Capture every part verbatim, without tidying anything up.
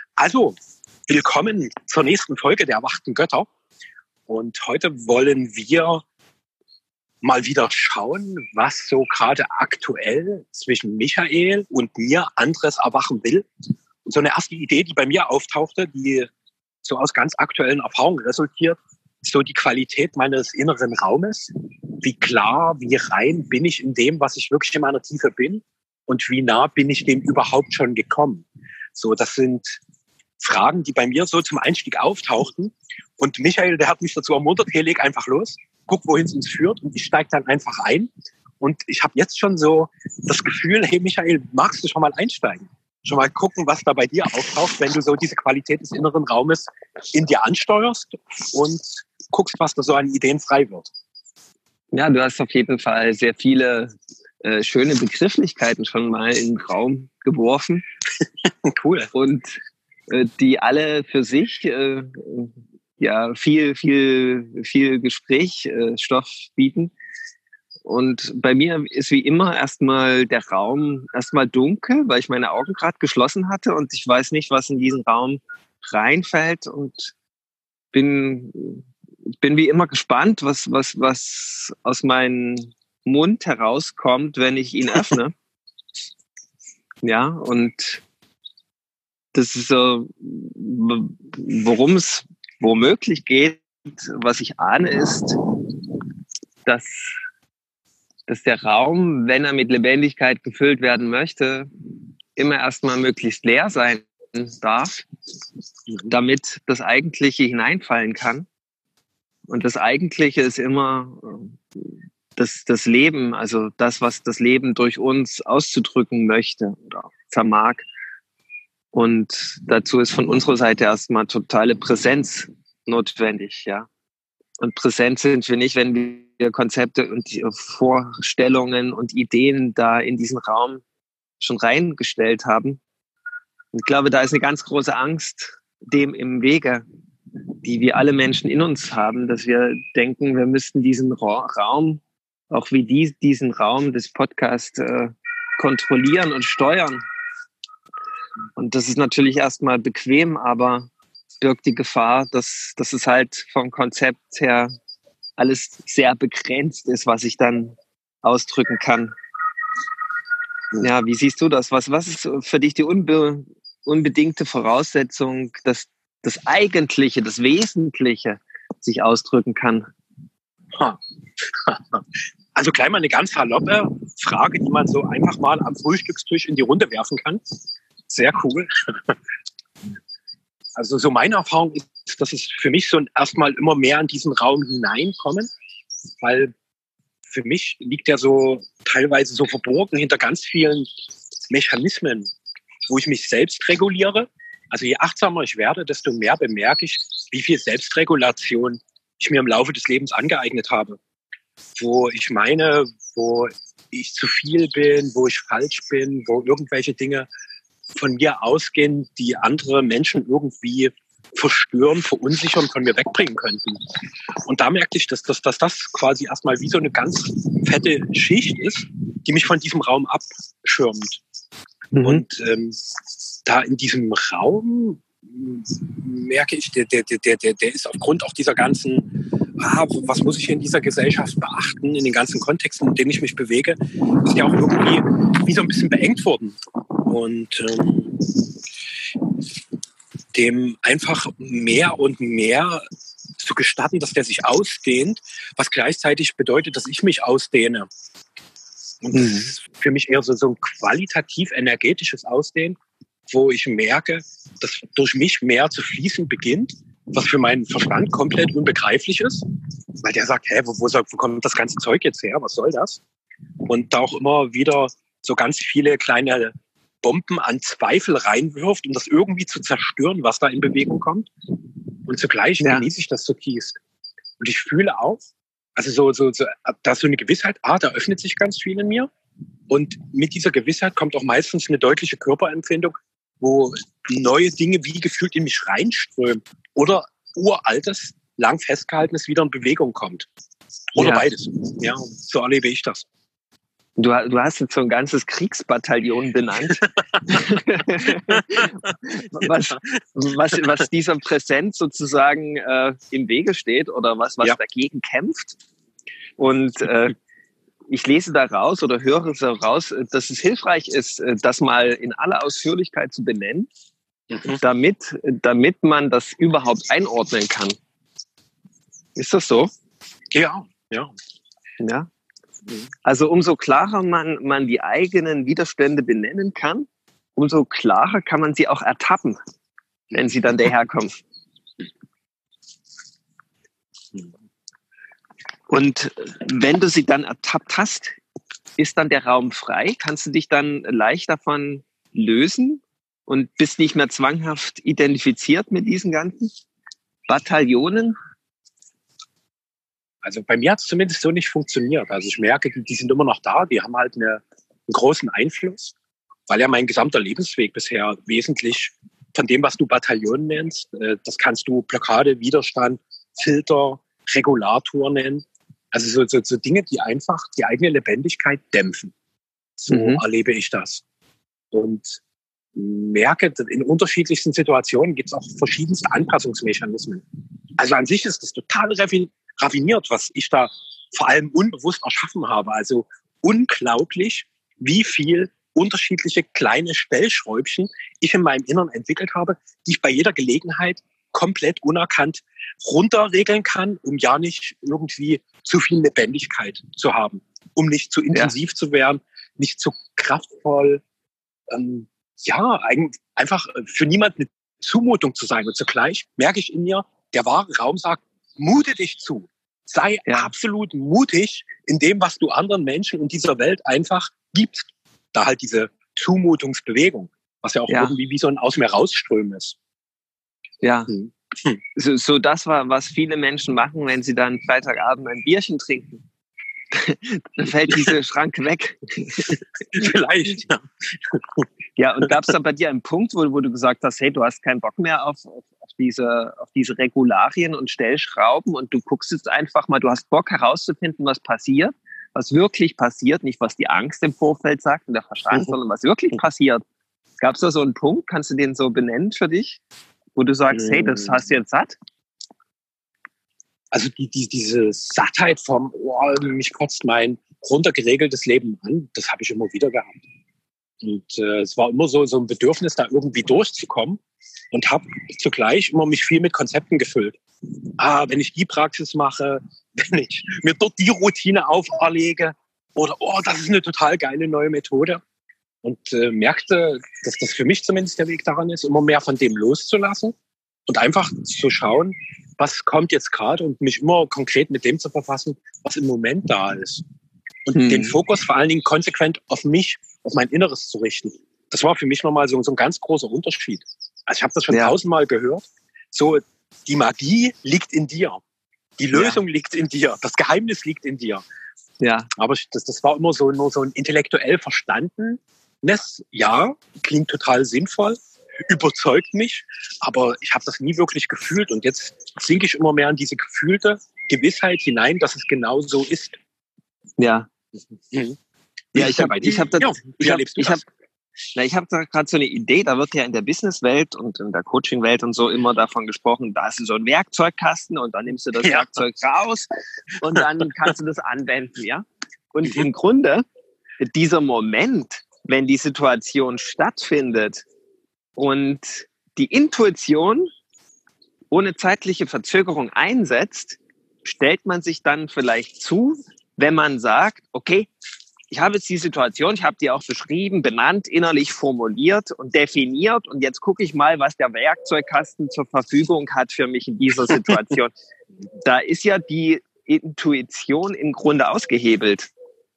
Also, willkommen zur nächsten Folge der Erwachten Götter. Und heute wollen wir mal wieder schauen, was so gerade aktuell zwischen Michael und mir anderes erwachen will. Und so eine erste Idee, die bei mir auftauchte, die so aus ganz aktuellen Erfahrungen resultiert, ist so die Qualität meines inneren Raumes. Wie klar, wie rein bin ich in dem, was ich wirklich in meiner Tiefe bin? Und wie nah bin ich dem überhaupt schon gekommen? So, das sind Fragen, die bei mir so zum Einstieg auftauchten. Und Michael, der hat mich dazu ermuntert, hey, leg einfach los, guck, wohin es uns führt. Und ich steige dann einfach ein. Und ich habe jetzt schon so das Gefühl, hey Michael, magst du schon mal einsteigen? Schon mal gucken, was da bei dir auftaucht, wenn du so diese Qualität des inneren Raumes in dir ansteuerst und guckst, was da so an Ideen frei wird. Ja, du hast auf jeden Fall sehr viele äh, schöne Begrifflichkeiten schon mal in den Raum geworfen. Cool. Und äh, die alle für sich äh, ja viel, viel, viel Gesprächsstoff äh, bieten. Und bei mir ist wie immer erstmal der Raum erstmal dunkel, weil ich meine Augen gerade geschlossen hatte und ich weiß nicht, was in diesen Raum reinfällt und bin, bin wie immer gespannt, was, was, was aus meinem Mund herauskommt, wenn ich ihn öffne. Ja, und das ist so, worum es womöglich geht, was ich ahne, ist, dass dass der Raum, wenn er mit Lebendigkeit gefüllt werden möchte, immer erstmal möglichst leer sein darf, damit das Eigentliche hineinfallen kann. Und das Eigentliche ist immer das, das Leben, also das, was das Leben durch uns auszudrücken möchte oder vermag. Und dazu ist von unserer Seite erstmal totale Präsenz notwendig, ja. Und präsent sind wir nicht, wenn wir Konzepte und Vorstellungen und Ideen da in diesen Raum schon reingestellt haben. Und ich glaube, da ist eine ganz große Angst dem im Wege, die wir alle Menschen in uns haben, dass wir denken, wir müssten diesen Raum, auch wie die, diesen Raum des Podcasts, äh, kontrollieren und steuern. Und das ist natürlich erstmal bequem, aber birgt die Gefahr, dass, dass es halt vom Konzept her alles sehr begrenzt ist, was ich dann ausdrücken kann. Ja, wie siehst du das? Was, was ist für dich die unbe, unbedingte Voraussetzung, dass das Eigentliche, das Wesentliche sich ausdrücken kann? Also gleich mal eine ganz saloppe Frage, die man so einfach mal am Frühstückstisch in die Runde werfen kann. Sehr cool. Also so meine Erfahrung ist, dass es für mich so erstmal immer mehr in diesen Raum hineinkommen, weil für mich liegt der so teilweise so verborgen hinter ganz vielen Mechanismen, wo ich mich selbst reguliere. Also je achtsamer ich werde, desto mehr bemerke ich, wie viel Selbstregulation ich mir im Laufe des Lebens angeeignet habe. Wo ich meine, wo ich zu viel bin, wo ich falsch bin, wo irgendwelche Dinge von mir ausgehen, die andere Menschen irgendwie verstören, verunsichern, von mir wegbringen könnten. Und da merkte ich, dass, dass, dass das quasi erstmal wie so eine ganz fette Schicht ist, die mich von diesem Raum abschirmt. Mhm. Und ähm, da in diesem Raum merke ich, der, der, der, der, der ist aufgrund auch dieser ganzen, ah, was muss ich in dieser Gesellschaft beachten, in den ganzen Kontexten, in denen ich mich bewege, ist ja auch irgendwie wie so ein bisschen beengt worden. Und ähm, dem einfach mehr und mehr zu gestatten, dass der sich ausdehnt, was gleichzeitig bedeutet, dass ich mich ausdehne. Und das ist für mich eher so, so ein qualitativ-energetisches Ausdehnen, wo ich merke, dass durch mich mehr zu fließen beginnt, was für meinen Verstand komplett unbegreiflich ist, weil der sagt, hä, wo, wo, soll, wo kommt das ganze Zeug jetzt her, was soll das? Und da auch immer wieder so ganz viele kleine Bomben an Zweifel reinwirft, um das irgendwie zu zerstören, was da in Bewegung kommt. Und zugleich ja. genieße ich das zutiefst. Und ich fühle auch, also so, so, so, da ist so eine Gewissheit, ah, da öffnet sich ganz viel in mir. Und mit dieser Gewissheit kommt auch meistens eine deutliche Körperempfindung, wo neue Dinge wie gefühlt in mich reinströmen. Oder uraltes, lang festgehaltenes wieder in Bewegung kommt. Oder ja. beides. Ja, so erlebe ich das. Du, du hast jetzt so ein ganzes Kriegsbataillon benannt, was, was, was dieser Präsenz sozusagen äh, im Wege steht oder was, was ja. dagegen kämpft. Und äh, ich lese da raus oder höre so raus, dass es hilfreich ist, das mal in aller Ausführlichkeit zu benennen, mhm. damit, damit man das überhaupt einordnen kann. Ist das so? Ja, ja. Ja. Also umso klarer man, man die eigenen Widerstände benennen kann, umso klarer kann man sie auch ertappen, wenn sie dann daherkommen. Und wenn du sie dann ertappt hast, ist dann der Raum frei? Kannst du dich dann leicht davon lösen und bist nicht mehr zwanghaft identifiziert mit diesen ganzen Bataillonen? Also bei mir hat es zumindest so nicht funktioniert. Also ich merke, die, die sind immer noch da, die haben halt eine, einen großen Einfluss, weil ja mein gesamter Lebensweg bisher wesentlich von dem, was du Bataillon nennst, äh, das kannst du Blockade, Widerstand, Filter, Regulator nennen. Also so, so, so Dinge, die einfach die eigene Lebendigkeit dämpfen. So mhm. erlebe ich das. Und merke, in unterschiedlichsten Situationen gibt es auch verschiedenste Anpassungsmechanismen. Also an sich ist das total raffiniert, was ich da vor allem unbewusst erschaffen habe. Also unglaublich, wie viel unterschiedliche kleine Stellschräubchen ich in meinem Innern entwickelt habe, die ich bei jeder Gelegenheit komplett unerkannt runterregeln kann, um ja nicht irgendwie zu viel Lebendigkeit zu haben, um nicht zu intensiv ja. zu werden, nicht zu kraftvoll, ähm, ja, einfach für niemanden eine Zumutung zu sein. Und zugleich merke ich in mir, der wahre Raum sagt, mute dich zu. Sei ja. absolut mutig in dem, was du anderen Menschen und dieser Welt einfach gibst. Da halt diese Zumutungsbewegung, was ja auch ja. irgendwie wie so ein aus mir rausströmen ist. Ja, hm. Hm. So, so das war, was viele Menschen machen, wenn sie dann Freitagabend ein Bierchen trinken. Dann fällt diese Schranke weg. Vielleicht, ja. Ja, und gab es da bei dir einen Punkt, wo, wo du gesagt hast, hey, du hast keinen Bock mehr auf, auf, auf, diese, auf diese Regularien und Stellschrauben und du guckst jetzt einfach mal, du hast Bock herauszufinden, was passiert, was wirklich passiert, nicht was die Angst im Vorfeld sagt und der Verstand, mhm. sondern was wirklich passiert. Gab es da so einen Punkt, kannst du den so benennen für dich, wo du sagst, mhm. hey, das hast du jetzt satt? Also die, die, diese Sattheit vom, oh, mich kotzt mein runtergeregeltes Leben an, das habe ich immer wieder gehabt. Und äh, es war immer so, so ein Bedürfnis, da irgendwie durchzukommen und habe zugleich immer mich viel mit Konzepten gefüllt. Ah, wenn ich die Praxis mache, wenn ich mir dort die Routine auferlege oder oh, das ist eine total geile neue Methode. Und äh, merkte, dass das für mich zumindest der Weg daran ist, immer mehr von dem loszulassen und einfach zu schauen, was kommt jetzt gerade und mich immer konkret mit dem zu verfassen, was im Moment da ist. Und hm. den Fokus vor allen Dingen konsequent auf mich, auf mein Inneres zu richten. Das war für mich nochmal so, so ein ganz großer Unterschied. Also ich habe das schon ja. tausendmal gehört. So, die Magie liegt in dir. Die Lösung ja. liegt in dir. Das Geheimnis liegt in dir. Ja. Aber das, das war immer so, nur so ein intellektuell verstandenes, ja, klingt total sinnvoll, überzeugt mich, aber ich habe das nie wirklich gefühlt und jetzt sinke ich immer mehr in diese gefühlte Gewissheit hinein, dass es genau so ist. Ja. Mhm. Ja, ich habe ich hab da, ja, ich hab, ich hab, na, ich hab da gerade so eine Idee, da wird ja in der Businesswelt und in der Coachingwelt und so immer davon gesprochen, da hast du so einen Werkzeugkasten und dann nimmst du das ja. Werkzeug raus und dann kannst du das anwenden, ja. Und mhm. im Grunde, dieser Moment, wenn die Situation stattfindet und die Intuition ohne zeitliche Verzögerung einsetzt, stellt man sich dann vielleicht zu, wenn man sagt, okay, ich habe jetzt die Situation, ich habe die auch beschrieben, benannt, innerlich formuliert und definiert und jetzt gucke ich mal, was der Werkzeugkasten zur Verfügung hat für mich in dieser Situation. Da ist ja die Intuition im Grunde ausgehebelt.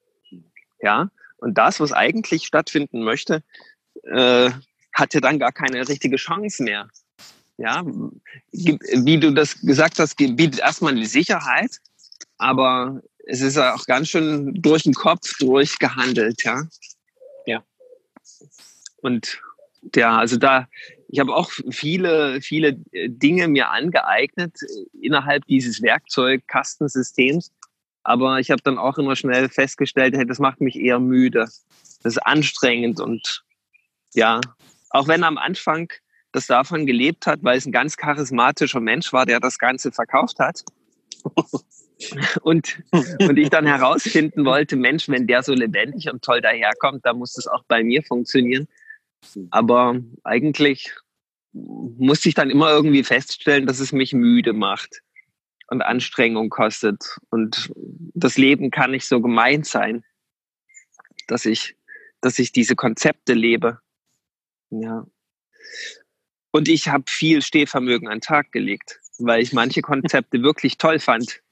Ja, und das, was eigentlich stattfinden möchte, äh, hat ja dann gar keine richtige Chance mehr. Ja, wie du das gesagt hast, bietet erstmal die Sicherheit, aber es ist auch ganz schön durch den Kopf durchgehandelt, ja. Ja. Und ja, also da, ich habe auch viele, viele Dinge mir angeeignet innerhalb dieses Werkzeugkastensystems, Aber ich habe dann auch immer schnell festgestellt, hey, das macht mich eher müde. Das ist anstrengend und ja, auch wenn er am Anfang das davon gelebt hat, weil es ein ganz charismatischer Mensch war, der das Ganze verkauft hat. Und, und ich dann herausfinden wollte, Mensch, wenn der so lebendig und toll daherkommt, dann muss das auch bei mir funktionieren. Aber eigentlich musste ich dann immer irgendwie feststellen, dass es mich müde macht und Anstrengung kostet. Und das Leben kann nicht so gemein sein, dass ich, dass ich diese Konzepte lebe. Ja. Und ich habe viel Stehvermögen an den Tag gelegt, weil ich manche Konzepte wirklich toll fand.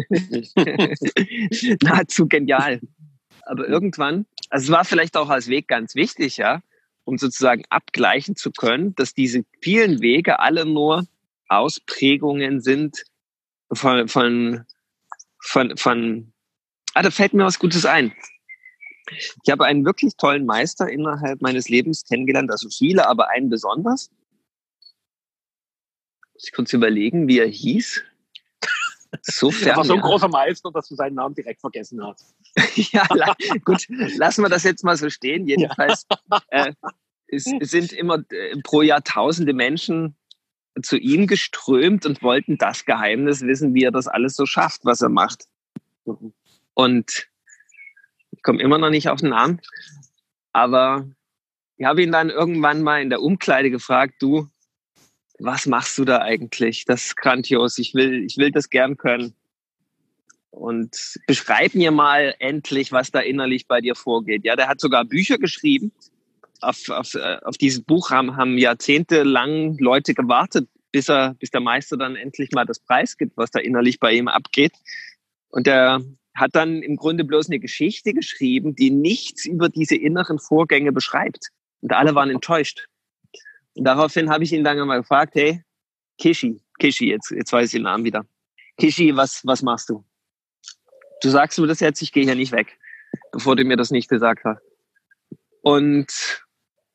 Nahezu genial. Aber irgendwann, also es war vielleicht auch als Weg ganz wichtig, ja, um sozusagen abgleichen zu können, dass diese vielen Wege alle nur Ausprägungen sind von, von, von, von ah, da fällt mir was Gutes ein. Ich habe einen wirklich tollen Meister innerhalb meines Lebens kennengelernt, also viele, aber einen besonders. Muss ich kurz überlegen, wie er hieß. Sofern, er war so ein ja. großer Meister, dass du seinen Namen direkt vergessen hast. Ja, la- gut, lassen wir das jetzt mal so stehen. Jedenfalls äh, es, es sind immer äh, pro Jahr tausende Menschen zu ihm geströmt und wollten das Geheimnis wissen, wie er das alles so schafft, was er macht. Und ich komme immer noch nicht auf den Namen, aber ich habe ihn dann irgendwann mal in der Umkleide gefragt, du, was machst du da eigentlich? Das ist grandios, ich will, ich will das gern können. Und beschreib mir mal endlich, was da innerlich bei dir vorgeht. Ja, der hat sogar Bücher geschrieben. Auf, auf, auf dieses Buch haben, haben jahrzehntelang Leute gewartet, bis er, bis der Meister dann endlich mal das Preis gibt, was da innerlich bei ihm abgeht. Und der hat dann im Grunde bloß eine Geschichte geschrieben, die nichts über diese inneren Vorgänge beschreibt. Und alle waren enttäuscht. Und daraufhin habe ich ihn dann mal gefragt, hey, Kishi, Kishi, jetzt, jetzt weiß ich den Namen wieder. Kishi, was, was machst du? Du sagst mir das jetzt, ich gehe hier nicht weg, bevor du mir das nicht gesagt hast. Und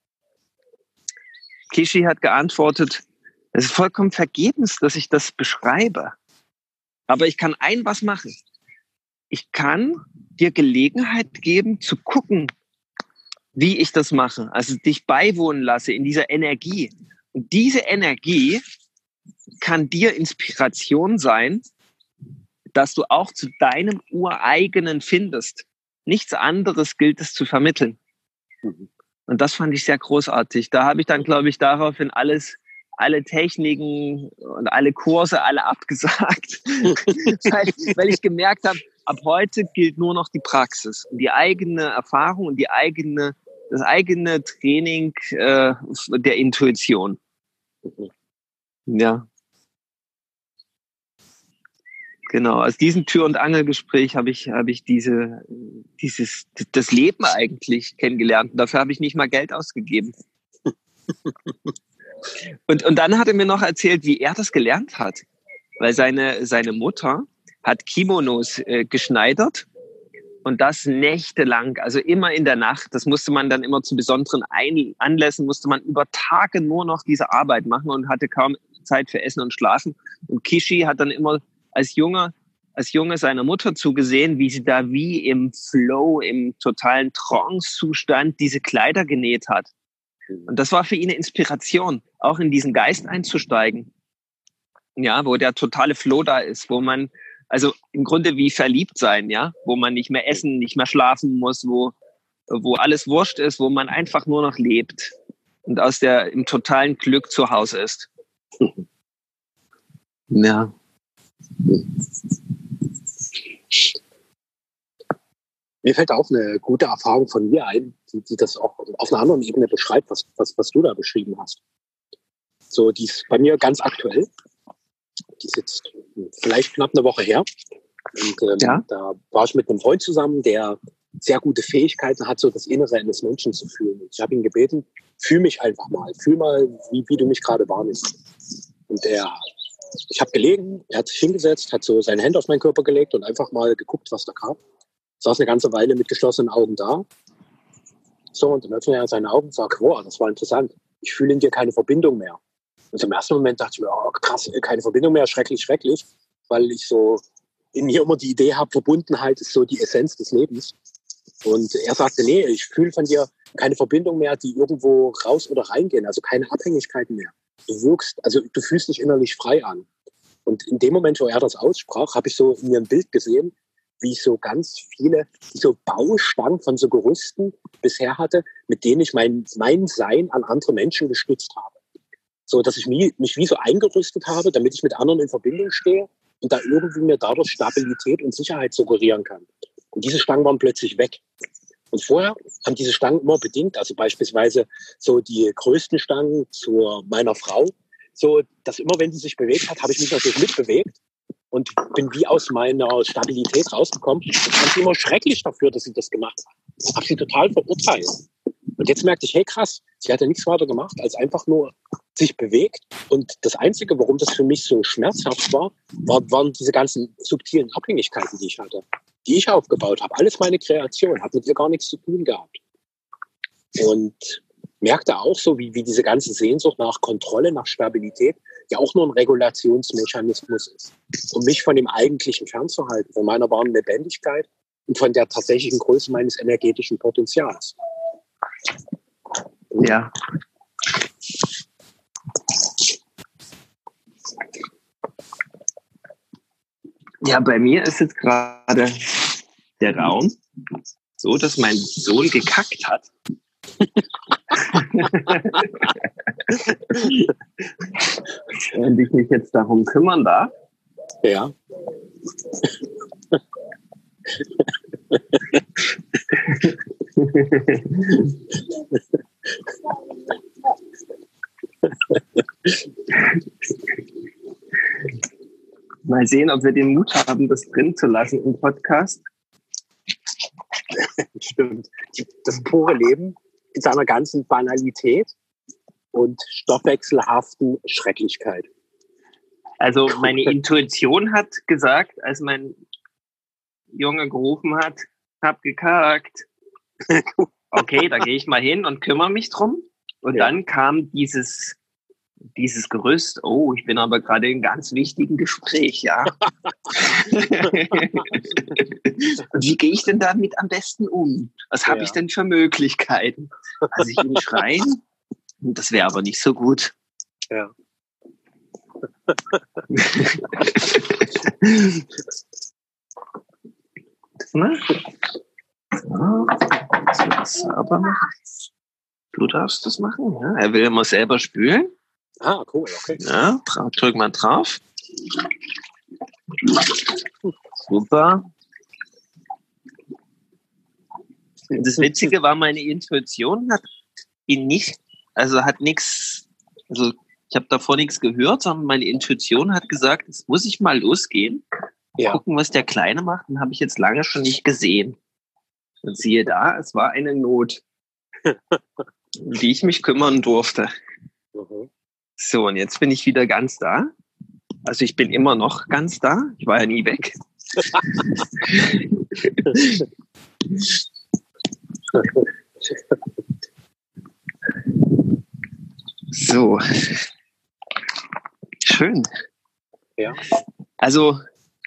Kishi hat geantwortet, es ist vollkommen vergebens, dass ich das beschreibe. Aber ich kann ein was machen. Ich kann dir Gelegenheit geben, zu gucken, wie ich das mache. Also dich beiwohnen lasse in dieser Energie. Und diese Energie kann dir Inspiration sein, dass du auch zu deinem Ureigenen findest. Nichts anderes gilt es zu vermitteln. Und das fand ich sehr großartig. Da habe ich dann, glaube ich, daraufhin alles, alle Techniken und alle Kurse, alle abgesagt, weil, weil ich gemerkt habe, ab heute gilt nur noch die Praxis und die eigene Erfahrung und die eigene, das eigene Training äh, der Intuition. Ja. Genau, aus diesem Tür- und Angelgespräch habe ich, habe ich diese, dieses, das Leben eigentlich kennengelernt. Und dafür habe ich nicht mal Geld ausgegeben. Und, und dann hat er mir noch erzählt, wie er das gelernt hat. Weil seine, seine Mutter hat Kimonos äh, geschneidert und das nächtelang, also immer in der Nacht. Das musste man dann immer zu besonderen Ein- Anlässen, musste man über Tage nur noch diese Arbeit machen und hatte kaum Zeit für Essen und Schlafen. Und Kishi hat dann immer als Junge, als Junge seiner Mutter zugesehen, wie sie da wie im Flow, im totalen Trance-Zustand diese Kleider genäht hat. Und das war für ihn eine Inspiration, auch in diesen Geist einzusteigen. Ja, wo der totale Flow da ist, wo man, also im Grunde wie verliebt sein, ja, wo man nicht mehr essen, nicht mehr schlafen muss, wo, wo alles wurscht ist, wo man einfach nur noch lebt und aus der, im totalen Glück zu Hause ist. Ja. Mir fällt auch eine gute Erfahrung von mir ein, die, die das auch auf einer anderen Ebene beschreibt, was, was, was du da beschrieben hast. So, die ist bei mir ganz aktuell. Die ist jetzt vielleicht knapp eine Woche her. Und ähm, ja? Da war ich mit einem Freund zusammen, der sehr gute Fähigkeiten hat, so das Innere eines Menschen zu fühlen. Und ich habe ihn gebeten, fühl mich einfach mal. Fühl mal, wie, wie du mich gerade wahrnimmst. Und er, ich habe gelegen, er hat sich hingesetzt, hat so seine Hände auf meinen Körper gelegt und einfach mal geguckt, was da kam. Saß eine ganze Weile mit geschlossenen Augen da. So, und dann öffnet er seine Augen und sagt, wow, das war interessant. Ich fühle in dir keine Verbindung mehr. Und im ersten Moment dachte ich mir, oh krass, keine Verbindung mehr, schrecklich, schrecklich. Weil ich so in mir immer die Idee habe, Verbundenheit ist so die Essenz des Lebens. Und er sagte, nee, ich fühle von dir keine Verbindung mehr, die irgendwo raus oder reingehen, also keine Abhängigkeiten mehr. Du wirkst, also du fühlst dich innerlich frei an. Und in dem Moment, wo er das aussprach, habe ich so in mir ein Bild gesehen, wie ich so ganz viele so Baustangen von so Gerüsten bisher hatte, mit denen ich mein, mein Sein an andere Menschen gestützt habe. So, dass ich mich, mich wie so eingerüstet habe, damit ich mit anderen in Verbindung stehe und da irgendwie mir dadurch Stabilität und Sicherheit suggerieren kann. Und diese Stangen waren plötzlich weg. Und vorher haben diese Stangen immer bedingt, also beispielsweise so die größten Stangen zu meiner Frau, so, dass immer, wenn sie sich bewegt hat, habe ich mich natürlich mitbewegt und bin wie aus meiner Stabilität rausgekommen. Ich fand sie immer schrecklich dafür, dass sie das gemacht hat. Ich habe sie total verurteilt. Und jetzt merkte ich, hey krass, sie hat ja nichts weiter gemacht, als einfach nur sich bewegt. Und das Einzige, warum das für mich so schmerzhaft war, war waren diese ganzen subtilen Abhängigkeiten, die ich hatte, die ich aufgebaut habe. Alles meine Kreation, hat mit ihr gar nichts zu tun gehabt. Und merkte auch so, wie, wie diese ganze Sehnsucht nach Kontrolle, nach Stabilität ja auch nur ein Regulationsmechanismus ist, um mich von dem Eigentlichen fernzuhalten, von meiner wahren Lebendigkeit und von der tatsächlichen Größe meines energetischen Potenzials. Ja. Ja, bei mir ist jetzt gerade der Raum so, dass mein Sohn gekackt hat. Und ich mich jetzt darum kümmern darf. Ja. Mal sehen, ob wir den Mut haben, das drin zu lassen im Podcast. Stimmt. Das pure Leben in seiner ganzen Banalität und stoffwechselhaften Schrecklichkeit. Also meine Intuition hat gesagt, als mein Junge gerufen hat, hab gekackt. Okay, da gehe ich mal hin und kümmere mich drum. Und ja. Dann kam dieses, dieses Gerüst, oh, ich bin aber gerade in einem ganz wichtigen Gespräch, ja. Und wie gehe ich denn damit am besten um? Was habe ja. ich denn für Möglichkeiten? Also ich ihn schreien, das wäre aber nicht so gut. Ja. Na? So, das sauber machen. Du darfst das machen. Ja, er will immer selber spülen. Ah, cool, okay. Ja, drück mal drauf. Super. Das Witzige war, meine Intuition hat ihn nicht, also hat nichts, also ich habe davor nichts gehört, sondern meine Intuition hat gesagt, jetzt muss ich mal losgehen, ja. gucken, was der Kleine macht, und habe ich jetzt lange schon nicht gesehen. Und siehe da, es war eine Not, um die ich mich kümmern durfte. Mhm. So, und jetzt bin ich wieder ganz da. Also ich bin immer noch ganz da. Ich war ja nie weg. So. Schön. Ja. Also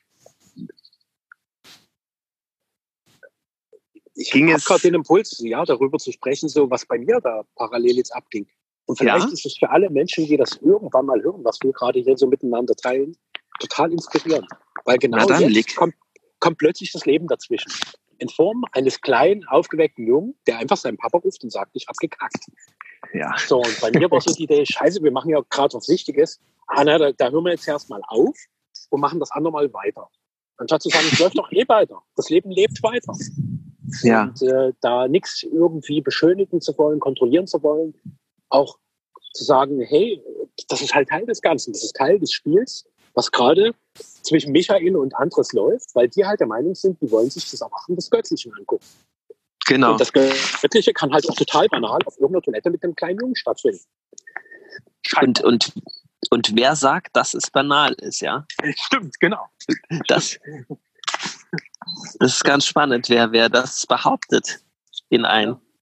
ich habe gerade den Impuls, ja, darüber zu sprechen, so was bei mir da parallel jetzt abging. Und vielleicht ja. ist es für alle Menschen, die das irgendwann mal hören, was wir gerade hier so miteinander teilen, total inspirierend. Weil genau jetzt liegt. Kommt, kommt plötzlich das Leben dazwischen. In Form eines kleinen, aufgeweckten Jungen, der einfach seinen Papa ruft und sagt, ich hab gekackt. Ja. So, und bei mir war so die Idee, scheiße, wir machen ja gerade was Wichtiges. Ah, na, da, da hören wir jetzt erstmal auf und machen das andere Mal weiter. Anstatt zu sagen, es läuft doch eh weiter. Das Leben lebt weiter. Ja. Und äh, da nichts irgendwie beschönigen zu wollen, kontrollieren zu wollen, auch zu sagen, hey, das ist halt Teil des Ganzen, das ist Teil des Spiels, was gerade zwischen Michael und Andres läuft, weil die halt der Meinung sind, die wollen sich das Erwachen des Göttlichen angucken. Genau. Und das Göttliche kann halt auch total banal auf irgendeiner Toilette mit einem kleinen Jungen stattfinden. Und, und, und wer sagt, dass es banal ist, ja? Stimmt, genau. Das, das ist ganz spannend, wer, wer das behauptet in einem. Ja.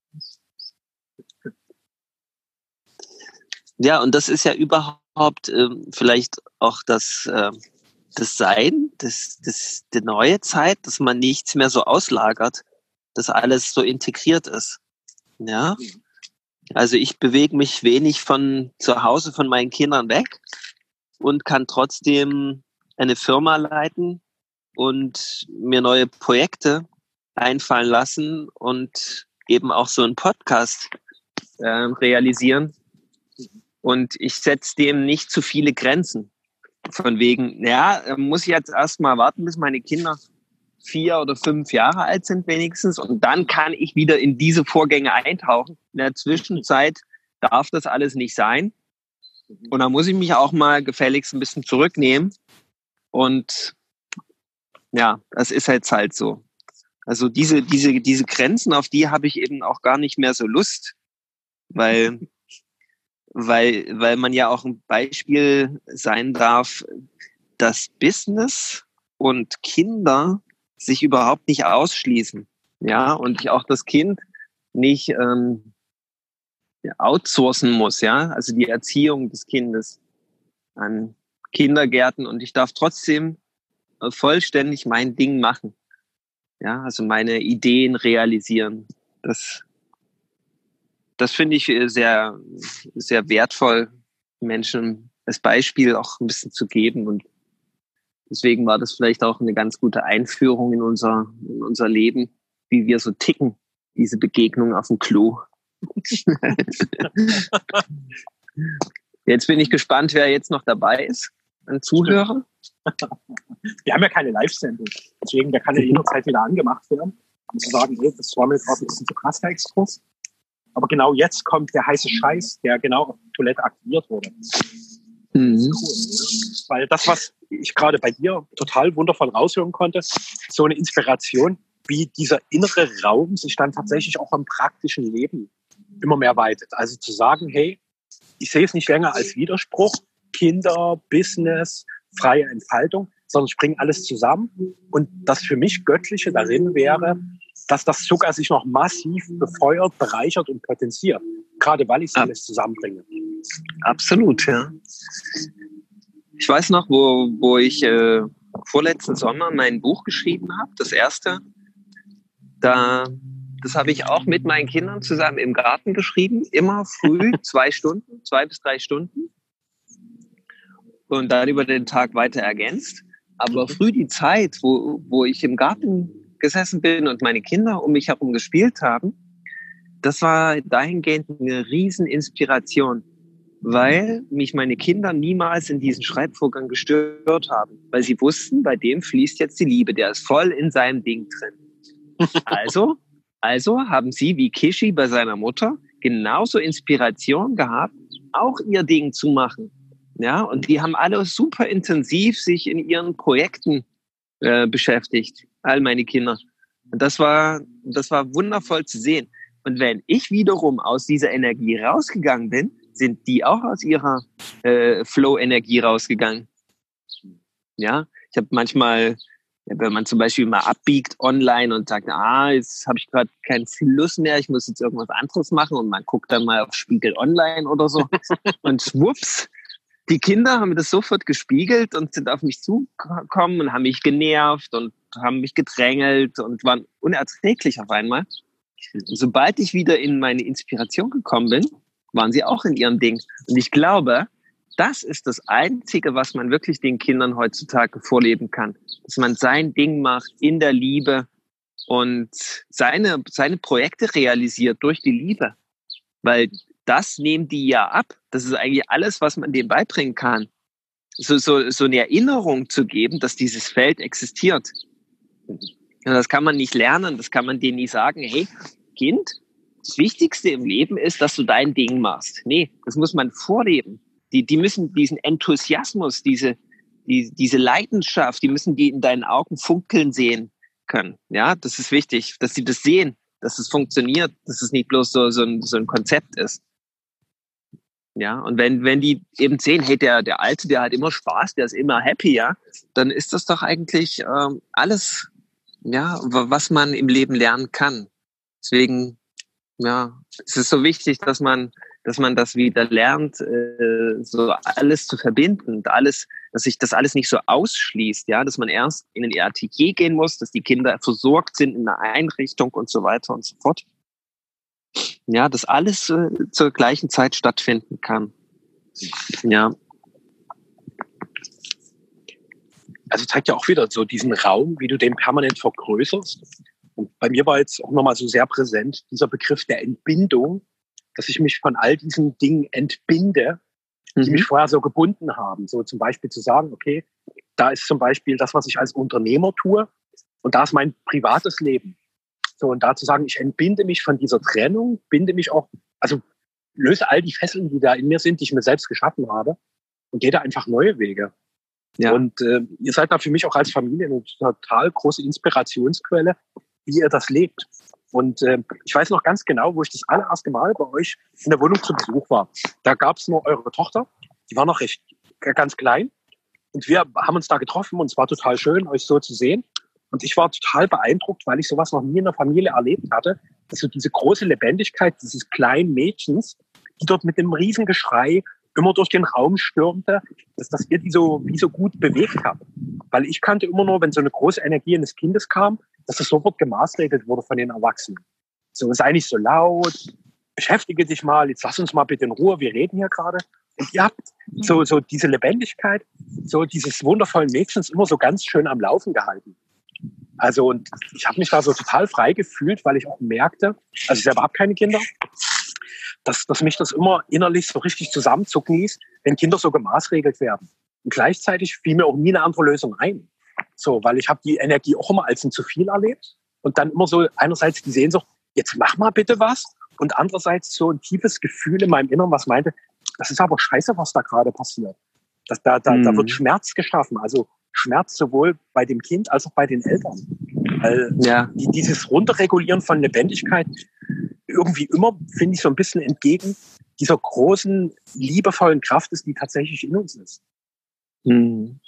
Ja, und das ist ja überhaupt ähm, vielleicht auch das, äh, das Sein, das, das, die neue Zeit, dass man nichts mehr so auslagert, dass alles so integriert ist. Ja. Also ich bewege mich wenig von zu Hause von meinen Kindern weg und kann trotzdem eine Firma leiten und mir neue Projekte einfallen lassen und eben auch so einen Podcast äh, realisieren. Und ich setze dem nicht zu viele Grenzen. Von wegen, ja, muss ich jetzt erst mal warten, bis meine Kinder vier oder fünf Jahre alt sind wenigstens und dann kann ich wieder in diese Vorgänge eintauchen. In der Zwischenzeit darf das alles nicht sein. Und da muss ich mich auch mal gefälligst ein bisschen zurücknehmen. Und ja, das ist jetzt halt so. Also diese, diese, diese Grenzen, auf die habe ich eben auch gar nicht mehr so Lust, weil, weil, weil man ja auch ein Beispiel sein darf, dass Business und Kinder sich überhaupt nicht ausschließen. Ja, und ich auch das Kind nicht ähm, outsourcen muss, ja, also die Erziehung des Kindes an Kindergärten und ich darf trotzdem äh, vollständig mein Ding machen. Ja, also meine Ideen realisieren. Das, das finde ich sehr, sehr wertvoll, Menschen als Beispiel auch ein bisschen zu geben und deswegen war das vielleicht auch eine ganz gute Einführung in unser, in unser Leben, wie wir so ticken, diese Begegnung auf dem Klo. Jetzt bin ich gespannt, wer jetzt noch dabei ist, ein Zuhörer. Wir haben ja keine Live-Sendung, deswegen der kann ja jederzeit wieder angemacht werden. Und zu sagen, hey, das war mir gerade ein bisschen zu krass, der Exkurs. Aber genau jetzt kommt der heiße Scheiß, der genau auf die Toilette aktiviert wurde. Mhm. Cool, ja. Weil das, was ich gerade bei dir total wundervoll raushören konnte, so eine Inspiration, wie dieser innere Raum sich dann tatsächlich auch im praktischen Leben immer mehr weitet. Also zu sagen, hey, ich sehe es nicht länger als Widerspruch, Kinder, Business, freie Entfaltung, sondern ich bringe alles zusammen. Und das für mich Göttliche darin wäre, dass das sogar sich noch massiv befeuert, bereichert und potenziert. Gerade weil ich es alles zusammenbringe. Absolut, ja. Ich weiß noch, wo, wo ich äh, vorletzten Sommer mein Buch geschrieben habe, das erste. Da, das habe ich auch mit meinen Kindern zusammen im Garten geschrieben, immer früh, zwei Stunden, zwei bis drei Stunden. Und dann über den Tag weiter ergänzt. Aber früh die Zeit, wo, wo ich im Garten gesessen bin und meine Kinder um mich herum gespielt haben, das war dahingehend eine riesen Inspiration, weil mich meine Kinder niemals in diesen Schreibvorgang gestört haben, weil sie wussten, bei dem fließt jetzt die Liebe, der ist voll in seinem Ding drin. Also, also haben sie wie Kishi bei seiner Mutter genauso Inspiration gehabt, auch ihr Ding zu machen. Ja, und die haben alle super intensiv sich in ihren Projekten äh, beschäftigt, all meine Kinder. Und das war, das war wundervoll zu sehen. Und wenn ich wiederum aus dieser Energie rausgegangen bin, sind die auch aus ihrer äh, Flow-Energie rausgegangen. Ja, ich habe manchmal, wenn man zum Beispiel mal abbiegt online und sagt, ah, jetzt habe ich gerade keinen Fluss mehr, ich muss jetzt irgendwas anderes machen und man guckt dann mal auf Spiegel Online oder so und schwupps, die Kinder haben das sofort gespiegelt und sind auf mich zugekommen und haben mich genervt und haben mich gedrängelt und waren unerträglich auf einmal. Und sobald ich wieder in meine Inspiration gekommen bin, waren sie auch in ihrem Ding. Und ich glaube, das ist das Einzige, was man wirklich den Kindern heutzutage vorleben kann. Dass man sein Ding macht in der Liebe und seine, seine Projekte realisiert durch die Liebe. Weil das nehmen die ja ab. Das ist eigentlich alles, was man denen beibringen kann. So, so, so eine Erinnerung zu geben, dass dieses Feld existiert. Und das kann man nicht lernen, das kann man denen nicht sagen, hey, Kind, das Wichtigste im Leben ist, dass du dein Ding machst. Nee, das muss man vorleben. Die, die müssen diesen Enthusiasmus, diese, die, diese Leidenschaft, die müssen die in deinen Augen funkeln sehen können. Ja, das ist wichtig, dass sie das sehen, dass es funktioniert, dass es nicht bloß so, so, ein, so ein Konzept ist. Ja, und wenn, wenn die eben sehen, hey, der, der Alte, der hat immer Spaß, der ist immer happy, ja, dann ist das doch eigentlich ähm, alles, ja, was man im Leben lernen kann. Deswegen, ja, es ist so wichtig, dass man, dass man das wieder lernt, äh, so alles zu verbinden, alles dass sich das alles nicht so ausschließt, ja, dass man erst in ein R T G gehen muss, dass die Kinder versorgt sind in einer Einrichtung und so weiter und so fort. Ja, dass alles äh, zur gleichen Zeit stattfinden kann. Ja. Also zeigt ja auch wieder so diesen Raum, wie du den permanent vergrößerst. Und bei mir war jetzt auch nochmal so sehr präsent dieser Begriff der Entbindung, dass ich mich von all diesen Dingen entbinde, die mhm. mich vorher so gebunden haben. So zum Beispiel zu sagen, okay, da ist zum Beispiel das, was ich als Unternehmer tue und da ist mein privates Leben. So, und da zu sagen, ich entbinde mich von dieser Trennung, binde mich auch, also löse all die Fesseln, die da in mir sind, die ich mir selbst geschaffen habe und gehe da einfach neue Wege. Ja. Und äh, ihr seid da für mich auch als Familie eine total große Inspirationsquelle, wie ihr das lebt. Und äh, ich weiß noch ganz genau, wo ich das allererste Mal bei euch in der Wohnung zu Besuch war. Da gab es nur eure Tochter, die war noch recht ganz klein. Und wir haben uns da getroffen und es war total schön, euch so zu sehen. Und ich war total beeindruckt, weil ich sowas noch nie in der Familie erlebt hatte, dass so diese große Lebendigkeit dieses kleinen Mädchens, die dort mit dem Riesengeschrei immer durch den Raum stürmte, dass, dass ihr die so, wie so gut bewegt habt. Weil ich kannte immer nur, wenn so eine große Energie eines Kindes kam, dass das sofort gemaßregelt wurde von den Erwachsenen. So, sei nicht so laut, beschäftige dich mal, jetzt lass uns mal bitte in Ruhe, wir reden hier gerade. Und ihr habt so, so diese Lebendigkeit, so dieses wundervollen Mädchens immer so ganz schön am Laufen gehalten. Also, und ich habe mich da so total frei gefühlt, weil ich auch merkte, also ich selber habe keine Kinder, dass, dass mich das immer innerlich so richtig zusammenzucken ließ, wenn Kinder so gemaßregelt werden. Und gleichzeitig fiel mir auch nie eine andere Lösung ein. So, weil ich habe die Energie auch immer als ein zu viel erlebt und dann immer so einerseits die Sehnsucht, jetzt mach mal bitte was, und andererseits so ein tiefes Gefühl in meinem Inneren, was meinte, das ist aber scheiße, was da gerade passiert. Das, da, da, mhm. da wird Schmerz geschaffen, also Schmerz sowohl bei dem Kind als auch bei den Eltern. Weil ja. die, dieses Runterregulieren von Lebendigkeit irgendwie immer, finde ich, so ein bisschen entgegen dieser großen, liebevollen Kraft ist, die tatsächlich in uns ist. Mhm.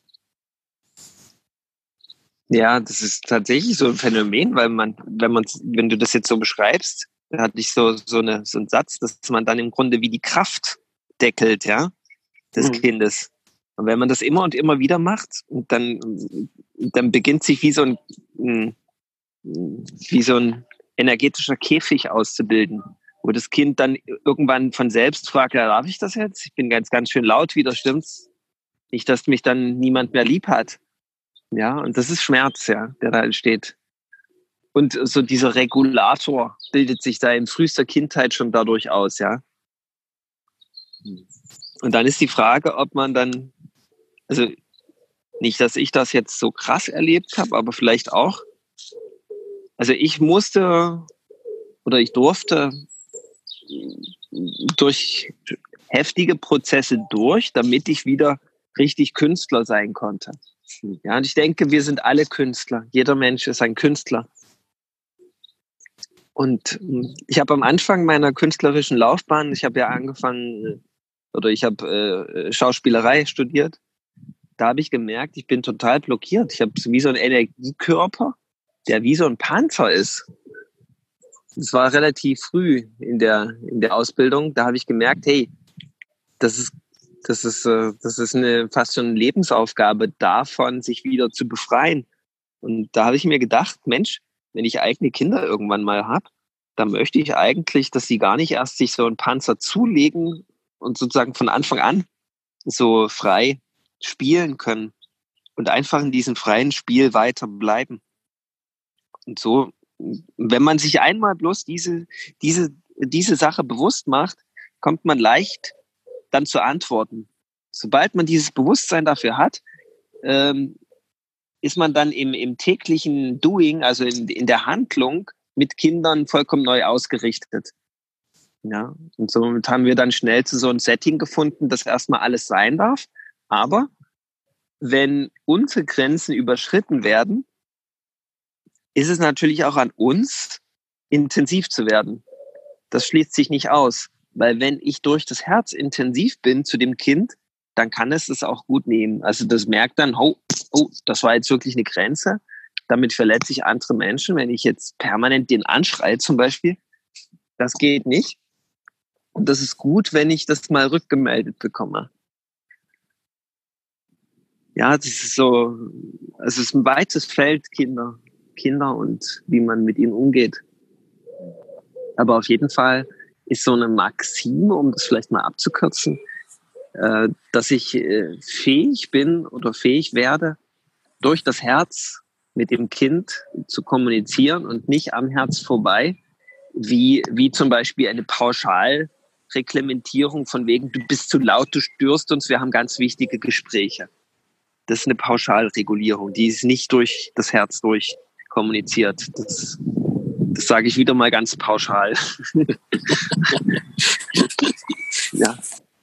Ja, das ist tatsächlich so ein Phänomen, weil man, wenn man, wenn du das jetzt so beschreibst, da hatte ich so, so eine, so einen Satz, dass man dann im Grunde wie die Kraft deckelt, ja, des mhm. Kindes. Und wenn man das immer und immer wieder macht, dann, dann beginnt sich wie so ein, wie so ein energetischer Käfig auszubilden, wo das Kind dann irgendwann von selbst fragt, ja, darf ich das jetzt? Ich bin ganz, ganz schön laut wieder, stimmt's? Nicht, dass mich dann niemand mehr lieb hat. Ja, und das ist Schmerz, ja, der da entsteht. Und so dieser Regulator bildet sich da in frühester Kindheit schon dadurch aus, ja. Und dann ist die Frage, ob man dann, also nicht, dass ich das jetzt so krass erlebt habe, aber vielleicht auch. Also ich musste oder ich durfte durch heftige Prozesse durch, damit ich wieder richtig Künstler sein konnte. Ja, und ich denke, wir sind alle Künstler. Jeder Mensch ist ein Künstler. Und ich habe am Anfang meiner künstlerischen Laufbahn, ich habe ja angefangen, oder ich habe äh, Schauspielerei studiert, da habe ich gemerkt, ich bin total blockiert. Ich habe wie so einen Energiekörper, der wie so ein Panzer ist. Das war relativ früh in der, in der Ausbildung. Da habe ich gemerkt, hey, das ist Das ist, das ist eine fast schon eine Lebensaufgabe davon, sich wieder zu befreien. Und da habe ich mir gedacht, Mensch, wenn ich eigene Kinder irgendwann mal habe, dann möchte ich eigentlich, dass sie gar nicht erst sich so einen Panzer zulegen und sozusagen von Anfang an so frei spielen können und einfach in diesem freien Spiel weiter bleiben. Und so, wenn man sich einmal bloß diese, diese, diese Sache bewusst macht, kommt man leicht dann zu antworten. Sobald man dieses Bewusstsein dafür hat, ähm, ist man dann im, im täglichen Doing, also in, in der Handlung mit Kindern vollkommen neu ausgerichtet. Ja, und somit haben wir dann schnell zu so einem Setting gefunden, dass erstmal alles sein darf. Aber wenn unsere Grenzen überschritten werden, ist es natürlich auch an uns, intensiv zu werden. Das schließt sich nicht aus. Weil wenn ich durch das Herz intensiv bin zu dem Kind, dann kann es das auch gut nehmen. Also das merkt dann, oh, oh, das war jetzt wirklich eine Grenze. Damit verletze ich andere Menschen. Wenn ich jetzt permanent den anschreie zum Beispiel, das geht nicht. Und das ist gut, wenn ich das mal rückgemeldet bekomme. ja, das ist so, es ist ein weites Feld, Kinder, Kinder und wie man mit ihnen umgeht. Aber auf jeden Fall ist so eine Maxime, um das vielleicht mal abzukürzen, äh, dass ich äh, fähig bin oder fähig werde, durch das Herz mit dem Kind zu kommunizieren und nicht am Herz vorbei, wie, wie zum Beispiel eine Pauschalreglementierung von wegen, du bist zu laut, du störst uns, wir haben ganz wichtige Gespräche. Das ist eine Pauschalregulierung, die ist nicht durch das Herz durch kommuniziert. Das, das sage ich wieder mal ganz pauschal. Ja.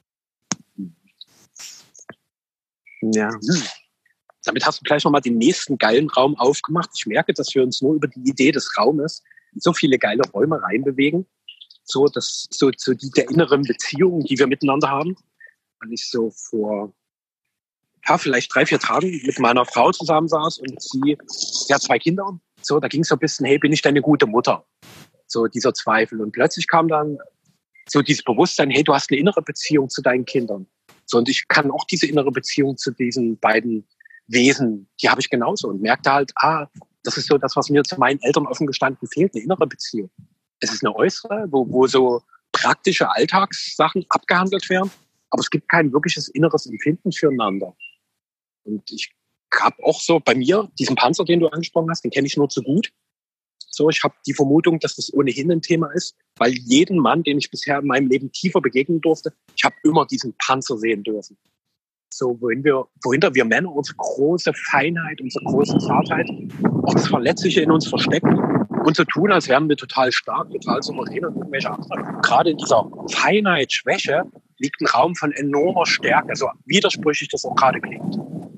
Ja. Damit hast du gleich nochmal den nächsten geilen Raum aufgemacht. Ich merke, dass wir uns nur über die Idee des Raumes in so viele geile Räume reinbewegen. So, das, so, so die der inneren Beziehungen, die wir miteinander haben. Weil ich so vor, ja, vielleicht drei, vier Tagen mit meiner Frau zusammensaß und sie, sie hat zwei Kinder. So, da ging es so ein bisschen, hey, bin ich deine gute Mutter? So dieser Zweifel. Und plötzlich kam dann so dieses Bewusstsein, hey, du hast eine innere Beziehung zu deinen Kindern. So, und ich kann auch diese innere Beziehung zu diesen beiden Wesen, die habe ich genauso und merkte halt, ah, das ist so das, was mir zu meinen Eltern offen gestanden fehlt, eine innere Beziehung. Es ist eine äußere, wo, wo so praktische Alltagssachen abgehandelt werden, aber es gibt kein wirkliches inneres Empfinden füreinander. Und ich habe auch so bei mir, diesen Panzer, den du angesprochen hast, den kenne ich nur zu gut. So, ich habe die Vermutung, dass das ohnehin ein Thema ist, weil jeden Mann, den ich bisher in meinem Leben tiefer begegnen durfte, ich habe immer diesen Panzer sehen dürfen. So, wohin wir, wohinter wir Männer unsere große Feinheit, unsere große Zartheit, auch das Verletzliche in uns verstecken und so tun, als wären wir total stark, total souverän und irgendwelche anderen. Gerade in dieser Feinheit, Schwäche liegt ein Raum von enormer Stärke, so widersprüchlich das auch gerade klingt.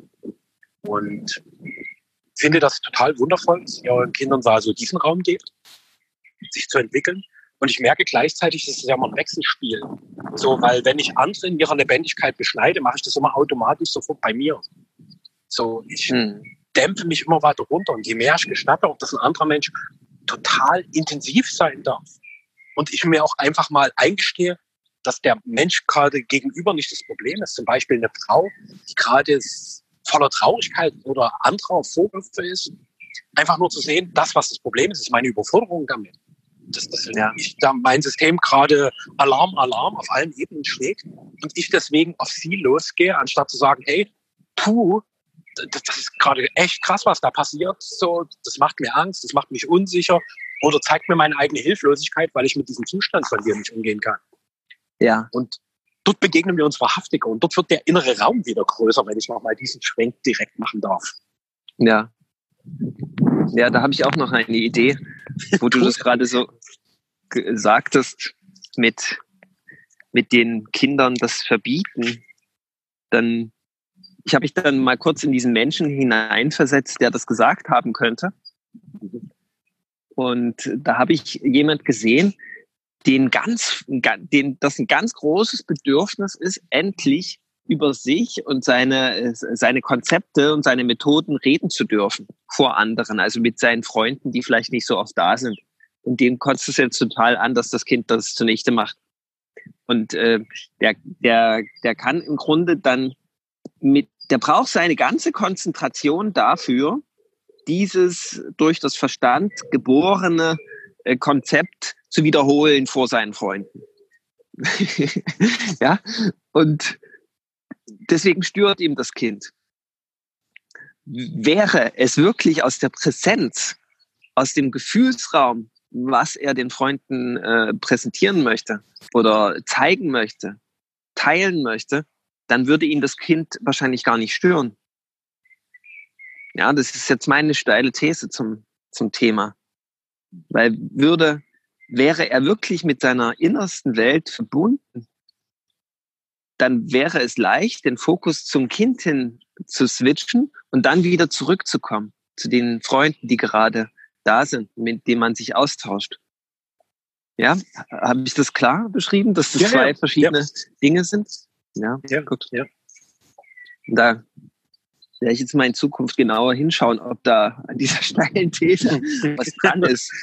Und finde das total wundervoll, dass ihr euren Kindern da so diesen Raum gebt, sich zu entwickeln. Und ich merke gleichzeitig, das ist ja immer ein Wechselspiel. So, weil wenn ich andere in ihrer Lebendigkeit beschneide, mache ich das immer automatisch sofort bei mir. So, ich hm. dämpfe mich immer weiter runter. Und je mehr ich gestatte, auch dass ein anderer Mensch total intensiv sein darf. Und ich mir auch einfach mal eingestehe, dass der Mensch gerade gegenüber nicht das Problem ist. Zum Beispiel eine Frau, die gerade voller Traurigkeit oder anderer Vorwürfe ist. Einfach nur zu sehen, das, was das Problem ist, ist meine Überforderung damit. Dass das ja. ich, da mein System gerade Alarm, Alarm auf allen Ebenen schlägt und ich deswegen auf sie losgehe, anstatt zu sagen, hey, puh, das, das ist gerade echt krass, was da passiert. So, das macht mir Angst, das macht mich unsicher oder zeigt mir meine eigene Hilflosigkeit, weil ich mit diesem Zustand von dir nicht umgehen kann. Ja. Und dort begegnen wir uns wahrhaftiger und dort wird der innere Raum wieder größer, wenn ich nochmal diesen Schwenk direkt machen darf. Ja. Ja, da habe ich auch noch eine Idee, wo du das gerade so g- sagtest, mit, mit den Kindern das Verbieten. Dann, ich habe mich dann mal kurz in diesen Menschen hineinversetzt, der das gesagt haben könnte. Und da habe ich jemand gesehen, den ganz, den, das ein ganz großes Bedürfnis ist, endlich über sich und seine, seine Konzepte und seine Methoden reden zu dürfen vor anderen, also mit seinen Freunden, die vielleicht nicht so oft da sind. Und dem kotzt es jetzt total an, dass das Kind das zunichte macht. Und äh, der, der, der kann im Grunde dann mit, der braucht seine ganze Konzentration dafür, dieses durch das Verstand geborene äh, Konzept zu wiederholen vor seinen Freunden. Ja, und deswegen stört ihm das Kind. Wäre es wirklich aus der Präsenz, aus dem Gefühlsraum, was er den Freunden äh, präsentieren möchte oder zeigen möchte, teilen möchte, dann würde ihn das Kind wahrscheinlich gar nicht stören. Ja, das ist jetzt meine steile These zum, zum Thema. Weil würde, wäre er wirklich mit seiner innersten Welt verbunden, dann wäre es leicht, den Fokus zum Kind hin zu switchen und dann wieder zurückzukommen zu den Freunden, die gerade da sind, mit denen man sich austauscht. Ja, habe ich das klar beschrieben, dass das ja, zwei ja, verschiedene ja. Dinge sind? Ja, ja gut. Ja. Da werde ich jetzt mal in Zukunft genauer hinschauen, ob da an dieser steilen These was dran ist.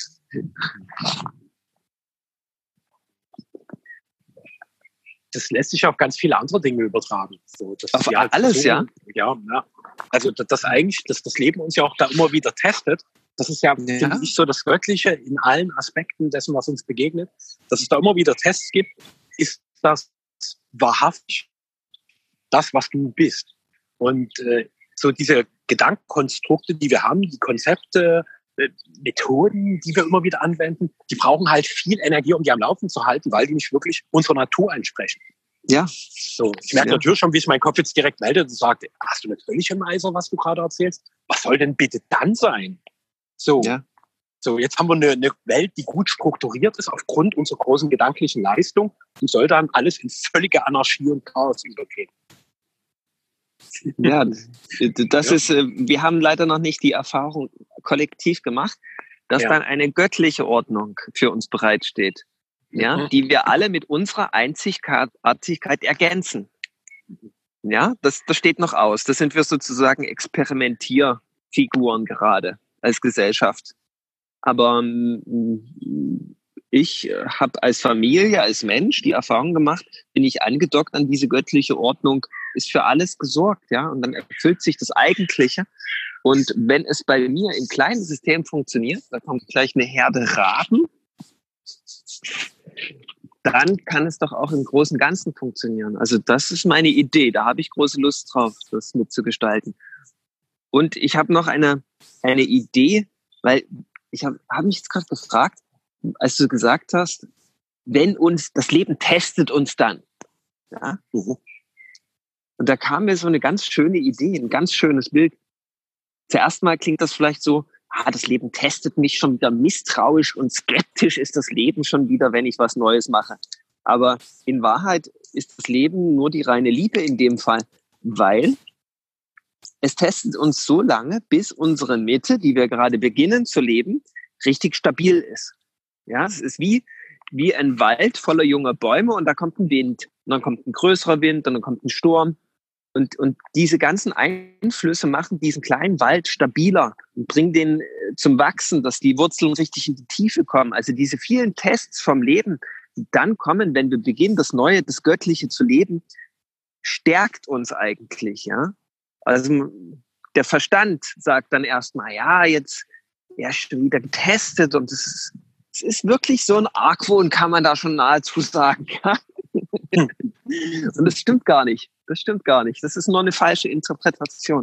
das lässt sich auf ganz viele andere Dinge übertragen. So, das, auf ja, alles, so, ja? Ja, ja. Also das, das eigentlich, dass das Leben uns ja auch da immer wieder testet. Das ist ja, Ja. finde ich, so das Göttliche in allen Aspekten dessen, was uns begegnet. Dass es da immer wieder Tests gibt, ist das wahrhaftig das, was du bist. Und äh, so diese Gedankenkonstrukte, die wir haben, die Konzepte, äh, Methoden, die wir immer wieder anwenden, die brauchen halt viel Energie, um die am Laufen zu halten, weil die nicht wirklich unserer Natur entsprechen. Ja. So, ich merke ja. natürlich schon, wie sich mein Kopf jetzt direkt meldet und sagt, hast du eine völlig im Eiser, was du gerade erzählst? Was soll denn bitte dann sein? So, ja. so jetzt haben wir eine, eine Welt, die gut strukturiert ist aufgrund unserer großen gedanklichen Leistung und soll dann alles in völlige Anarchie und Chaos übergehen. Ja, das ja. ist, wir haben leider noch nicht die Erfahrung kollektiv gemacht, dass ja. dann eine göttliche Ordnung für uns bereitsteht, ja, mhm. die wir alle mit unserer Einzigartigkeit ergänzen. Ja, das, das steht noch aus. Das sind wir sozusagen Experimentierfiguren gerade als Gesellschaft. Aber ähm, ich habe als Familie, als Mensch die Erfahrung gemacht, bin ich angedockt an diese göttliche Ordnung, ist für alles gesorgt, ja, und dann erfüllt sich das Eigentliche. Und wenn es bei mir im kleinen System funktioniert, da kommt gleich eine Herde Raben, dann kann es doch auch im großen und Ganzen funktionieren. Also das ist meine Idee, da habe ich große Lust drauf, das mitzugestalten. Und ich habe noch eine, eine Idee, weil ich habe hab mich jetzt gerade gefragt, als du gesagt hast, wenn uns, das Leben testet uns dann. Ja? Und da kam mir so eine ganz schöne Idee, ein ganz schönes Bild. Zuerst mal klingt das vielleicht so, ah, das Leben testet mich schon wieder, misstrauisch und skeptisch ist das Leben schon wieder, wenn ich was Neues mache. Aber in Wahrheit ist das Leben nur die reine Liebe in dem Fall, weil es testet uns so lange, bis unsere Mitte, die wir gerade beginnen zu leben, richtig stabil ist. Ja, es ist wie, wie ein Wald voller junger Bäume und da kommt ein Wind. Und dann kommt ein größerer Wind und dann kommt ein Sturm. Und, und diese ganzen Einflüsse machen diesen kleinen Wald stabiler und bringen den zum Wachsen, dass die Wurzeln richtig in die Tiefe kommen. Also diese vielen Tests vom Leben, die dann kommen, wenn wir beginnen, das Neue, das Göttliche zu leben, stärkt uns eigentlich, ja. Also der Verstand sagt dann erstmal, ja, jetzt erst wieder getestet und das ist, es ist wirklich so ein Argwohn, kann man da schon nahezu sagen. Ja? Und das stimmt gar nicht. Das stimmt gar nicht. Das ist nur eine falsche Interpretation.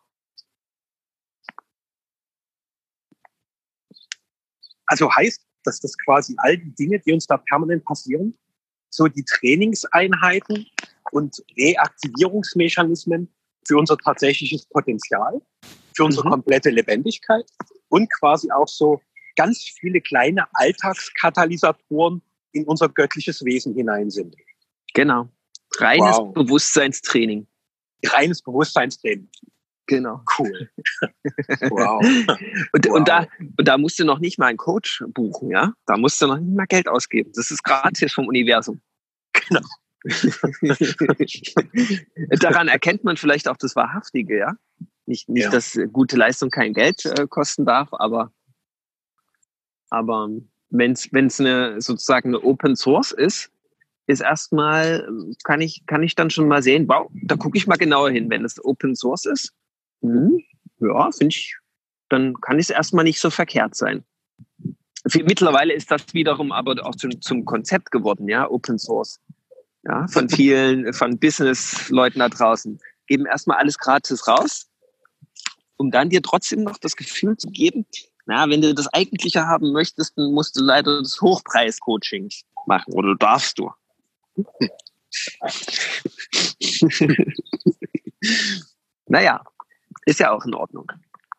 Also heißt, dass das quasi all die Dinge, die uns da permanent passieren, so die Trainingseinheiten und Reaktivierungsmechanismen für unser tatsächliches Potenzial, für unsere mhm. komplette Lebendigkeit und quasi auch so ganz viele kleine Alltagskatalysatoren in unser göttliches Wesen hinein sind. Genau. Reines wow. Bewusstseinstraining. Reines Bewusstseinstraining. Genau. Cool. Wow. und, wow. Und, da, und da musst du noch nicht mal einen Coach buchen, ja? Da musst du noch nicht mal Geld ausgeben. Das ist gratis vom Universum. Genau. Daran erkennt man vielleicht auch das Wahrhaftige, ja? Nicht, nicht ja. dass gute Leistung kein Geld äh, kosten darf, aber, aber wenn es eine sozusagen eine Open Source ist, ist erstmal, kann ich, kann ich dann schon mal sehen, wow, da gucke ich mal genauer hin. Wenn es Open Source ist, hm, ja, finde ich, dann kann es erstmal nicht so verkehrt sein. Mittlerweile ist das wiederum aber auch zum, zum Konzept geworden, ja, Open Source. Ja, von vielen, von Business-Leuten da draußen. Geben erstmal alles gratis raus, um dann dir trotzdem noch das Gefühl zu geben, na, wenn du das Eigentliche haben möchtest, dann musst du leider das Hochpreis-Coaching machen, oder darfst du. Naja, ist ja auch in Ordnung.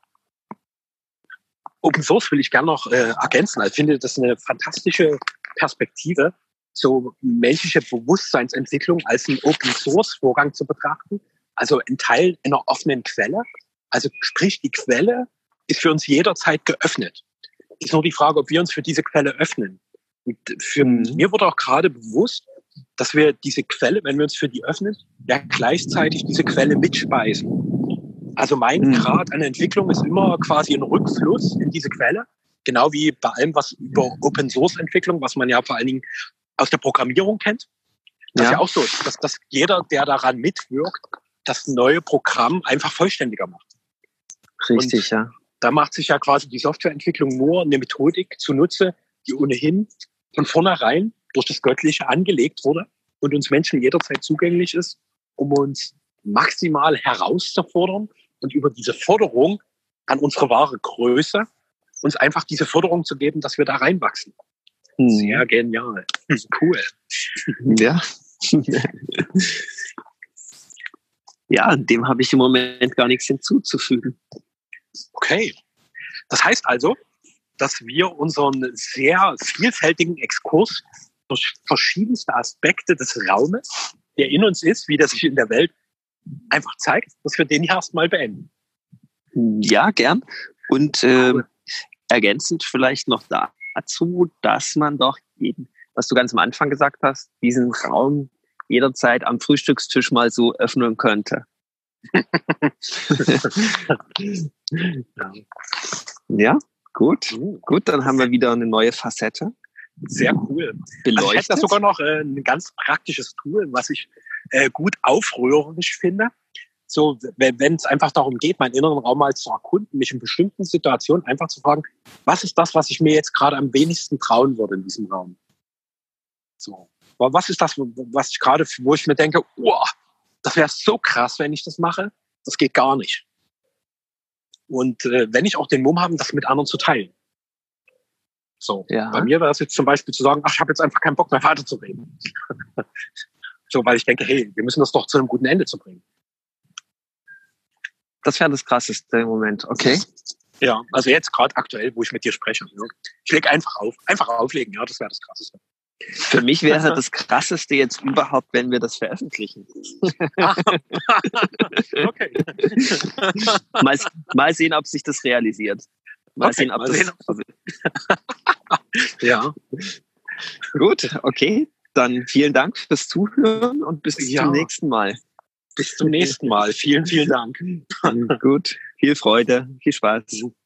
Open Source will ich gerne noch äh, ergänzen. Ich finde, das ist eine fantastische Perspektive, so menschliche Bewusstseinsentwicklung als einen Open Source Vorgang zu betrachten. Also ein Teil einer offenen Quelle. Also sprich, die Quelle ist für uns jederzeit geöffnet. Ist nur die Frage, ob wir uns für diese Quelle öffnen. Und für mhm. mir wurde auch gerade bewusst, dass wir diese Quelle, wenn wir uns für die öffnen, ja gleichzeitig diese Quelle mitspeisen. Also mein mhm. Grad an Entwicklung ist immer quasi ein Rückfluss in diese Quelle. Genau wie bei allem, was über Open-Source-Entwicklung, was man ja vor allen Dingen aus der Programmierung kennt. Das Ja. ist ja auch so, dass, dass jeder, der daran mitwirkt, das neue Programm einfach vollständiger macht. Richtig, Und ja. da macht sich ja quasi die Softwareentwicklung nur eine Methodik zunutze, die ohnehin von vornherein durch das Göttliche angelegt wurde und uns Menschen jederzeit zugänglich ist, um uns maximal herauszufordern und über diese Forderung an unsere wahre Größe uns einfach diese Forderung zu geben, dass wir da reinwachsen. Hm. Sehr genial. Cool. Ja. Ja, dem habe ich im Moment gar nichts hinzuzufügen. Okay. Das heißt also, dass wir unseren sehr vielfältigen Exkurs durch verschiedenste Aspekte des Raumes, der in uns ist, wie der sich in der Welt einfach zeigt, dass wir den hier erstmal beenden. Ja, gern. Und äh, ergänzend vielleicht noch dazu, dass man doch jeden, was du ganz am Anfang gesagt hast, diesen Raum jederzeit am Frühstückstisch mal so öffnen könnte. Ja. Ja, gut. Gut, dann haben wir wieder eine neue Facette. Sehr cool. Beleuchtet. Also ich hätte da sogar noch äh, ein ganz praktisches Tool, was ich äh, gut aufrührerisch finde. So, wenn es einfach darum geht, meinen inneren Raum mal zu erkunden, mich in bestimmten Situationen einfach zu fragen, was ist das, was ich mir jetzt gerade am wenigsten trauen würde in diesem Raum? So, aber was ist das, was ich gerade, wo ich mir denke, oh, das wäre so krass, wenn ich das mache. Das geht gar nicht. Und äh, wenn ich auch den Mumm habe, das mit anderen zu teilen. So, Ja. Bei mir wäre es jetzt zum Beispiel zu sagen, ach, ich habe jetzt einfach keinen Bock mehr weiterzureden. So, weil ich denke, hey, wir müssen das doch zu einem guten Ende zu bringen. Das wäre das Krasseste im Moment, okay? Ja, also jetzt gerade aktuell, wo ich mit dir spreche. Ja. Ich lege einfach auf. Einfach auflegen, ja, das wäre das Krasseste. Für mich wäre das Krasseste jetzt überhaupt, wenn wir das veröffentlichen. Okay. Mal, mal sehen, ob sich das realisiert. Mal Okay, sehen, ob mal das... sehen, Ja. Gut, okay. Dann vielen Dank fürs Zuhören und bis Ja. zum nächsten Mal. Bis zum nächsten Mal. Vielen, vielen Dank. Gut, viel Freude, viel Spaß.